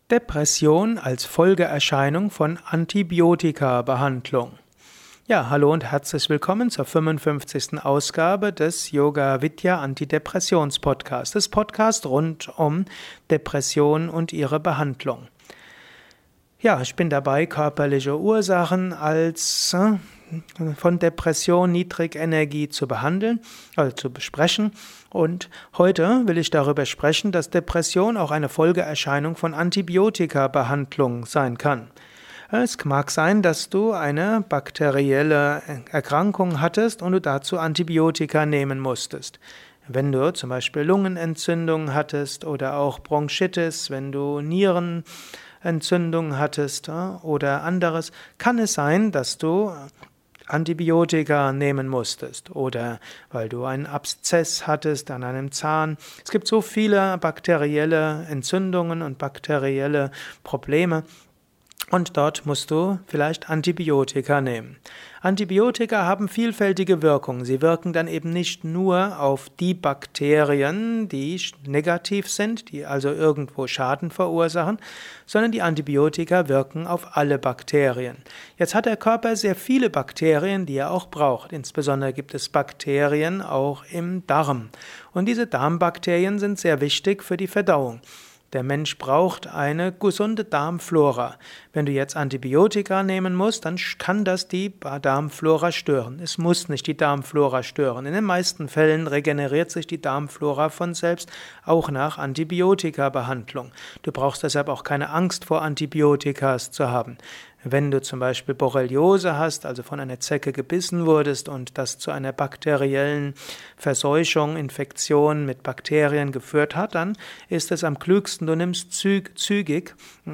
Depression als Folgeerscheinung von Antibiotika-Behandlung. Ja, hallo und herzlich willkommen zur 55. Ausgabe des Yoga Vidya Antidepressions Podcasts, des Podcasts rund um Depression und ihre Behandlung. Ja, ich bin dabei, körperliche Ursachen von Depression, Niedrigenergie zu behandeln, also zu besprechen. Und heute will ich darüber sprechen, dass Depression auch eine Folgeerscheinung von Antibiotika-Behandlung sein kann. Es mag sein, dass du eine bakterielle Erkrankung hattest und du dazu Antibiotika nehmen musstest. Wenn du zum Beispiel Lungenentzündung hattest oder auch Bronchitis, wenn du Nierenentzündung hattest oder anderes, kann es sein, dass du Antibiotika nehmen musstest oder weil du einen Abszess hattest an einem Zahn. Es gibt so viele bakterielle Entzündungen und bakterielle Probleme. Und dort musst du vielleicht Antibiotika nehmen. Antibiotika haben vielfältige Wirkungen. Sie wirken dann eben nicht nur auf die Bakterien, die negativ sind, die also irgendwo Schaden verursachen, sondern die Antibiotika wirken auf alle Bakterien. Jetzt hat der Körper sehr viele Bakterien, die er auch braucht. Insbesondere gibt es Bakterien auch im Darm. Und diese Darmbakterien sind sehr wichtig für die Verdauung. Der Mensch braucht eine gesunde Darmflora. Wenn du jetzt Antibiotika nehmen musst, dann kann das die Darmflora stören. Es muss nicht die Darmflora stören. In den meisten Fällen regeneriert sich die Darmflora von selbst, auch nach Antibiotika-Behandlung. Du brauchst deshalb auch keine Angst vor Antibiotikas zu haben. Wenn du zum Beispiel Borreliose hast, also von einer Zecke gebissen wurdest und das zu einer bakteriellen Verseuchung, Infektion mit Bakterien geführt hat, dann ist es am klügsten, du nimmst zügig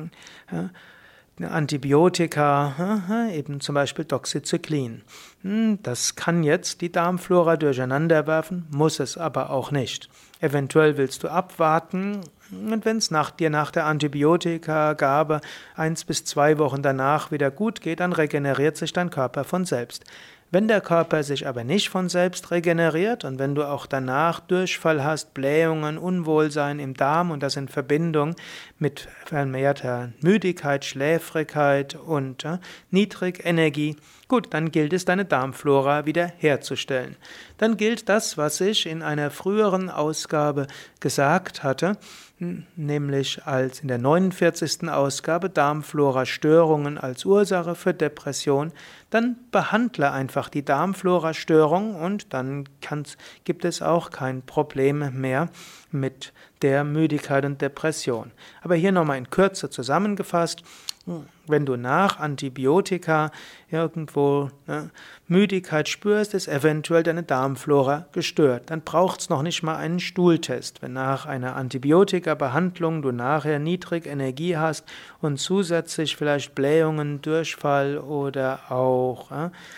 Antibiotika, eben zum Beispiel Doxycyclin. Das kann jetzt die Darmflora durcheinander werfen, muss es aber auch nicht. Eventuell willst du abwarten und wenn es nach der Antibiotikagabe 1 bis 2 Wochen danach wieder gut geht, dann regeneriert sich dein Körper von selbst. Wenn der Körper sich aber nicht von selbst regeneriert und wenn du auch danach Durchfall hast, Blähungen, Unwohlsein im Darm und das in Verbindung mit vermehrter Müdigkeit, Schläfrigkeit und Niedrigenergie, gut, dann gilt es, deine Darmflora wieder herzustellen. Dann gilt das, was ich in einer früheren Ausgabe gesagt hatte, nämlich als in der 49. Ausgabe Darmflora-Störungen als Ursache für Depression, dann behandle einfach die Darmflora-Störung und dann gibt es auch kein Problem mehr mit der Müdigkeit und Depression. Aber hier nochmal in Kürze zusammengefasst: Wenn du nach Antibiotika irgendwo Müdigkeit spürst, ist eventuell deine Darmflora gestört. Dann braucht es noch nicht mal einen Stuhltest. Wenn nach einer Antibiotika-Behandlung du nachher Niedrigenergie hast und zusätzlich vielleicht Blähungen, Durchfall oder auch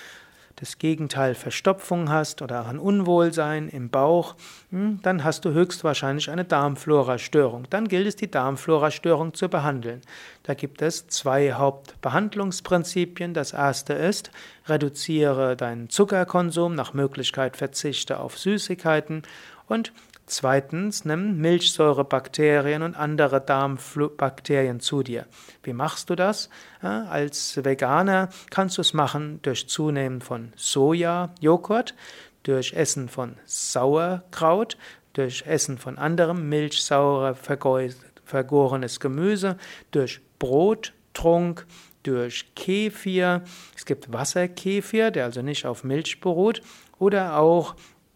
das Gegenteil Verstopfung hast oder auch ein Unwohlsein im Bauch, dann hast du höchstwahrscheinlich eine Darmflora-Störung. Dann gilt es, die Darmflora-Störung zu behandeln. Da gibt es 2 Hauptbehandlungsprinzipien. Das erste ist, reduziere deinen Zuckerkonsum, nach Möglichkeit verzichte auf Süßigkeiten und zweitens, nimm Milchsäurebakterien und andere Darmbakterien zu dir. Wie machst du das? Als Veganer kannst du es machen durch Zunehmen von Sojajoghurt, durch Essen von Sauerkraut, durch Essen von anderem milchsaurer vergorenes Gemüse, durch Brottrunk, durch Kefir. Es gibt Wasserkefir, der also nicht auf Milch beruht, oder auch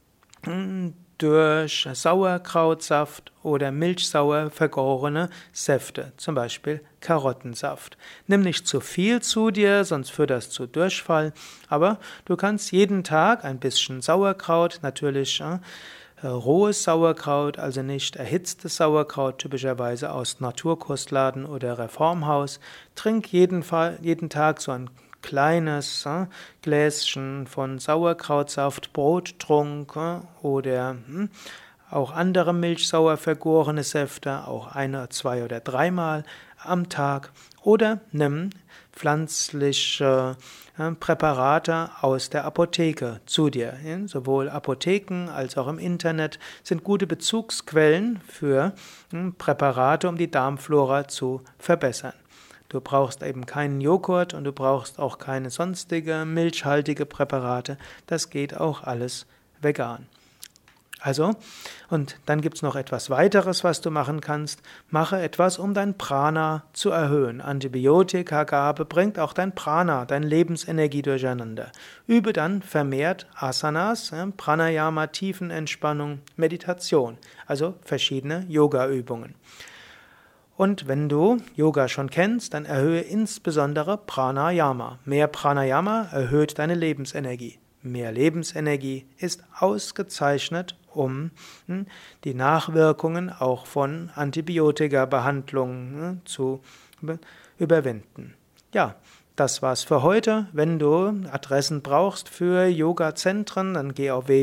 durch Sauerkrautsaft oder milchsauer vergorene Säfte, zum Beispiel Karottensaft. Nimm nicht zu viel zu dir, sonst führt das zu Durchfall, aber du kannst jeden Tag ein bisschen Sauerkraut, natürlich rohes Sauerkraut, also nicht erhitztes Sauerkraut, typischerweise aus Naturkostladen oder Reformhaus. Trink jeden Tag so ein kleines Gläschen von Sauerkrautsaft, Brottrunk oder auch andere milchsauer vergorene Säfte, auch 1, 2 oder 3-mal am Tag. Oder nimm pflanzliche Präparate aus der Apotheke zu dir. Sowohl Apotheken als auch im Internet sind gute Bezugsquellen für Präparate, um die Darmflora zu verbessern. Du brauchst eben keinen Joghurt und du brauchst auch keine sonstige milchhaltige Präparate. Das geht auch alles vegan. Also, und dann gibt es noch etwas weiteres, was du machen kannst. Mache etwas, um dein Prana zu erhöhen. Antibiotikagabe bringt auch dein Prana, deine Lebensenergie durcheinander. Übe dann vermehrt Asanas, Pranayama, Tiefenentspannung, Meditation, also verschiedene Yoga-Übungen. Und wenn du Yoga schon kennst, dann erhöhe insbesondere Pranayama. Mehr Pranayama erhöht deine Lebensenergie. Mehr Lebensenergie ist ausgezeichnet, um die Nachwirkungen auch von Antibiotika-Behandlungen zu überwinden. Ja, das war's für heute. Wenn du Adressen brauchst für Yoga-Zentren, dann geh auf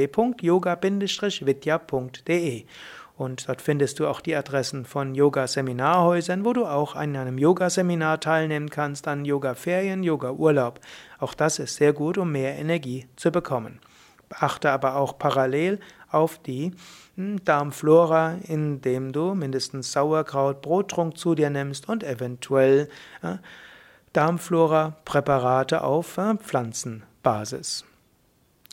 www.yoga-vidya.de. Und dort findest du auch die Adressen von Yoga-Seminarhäusern, wo du auch an einem Yoga-Seminar teilnehmen kannst, an Yoga-Ferien, Yoga-Urlaub. Auch das ist sehr gut, um mehr Energie zu bekommen. Achte aber auch parallel auf die Darmflora, indem du mindestens Sauerkraut, Brottrunk zu dir nimmst und eventuell Darmflora-Präparate auf Pflanzenbasis.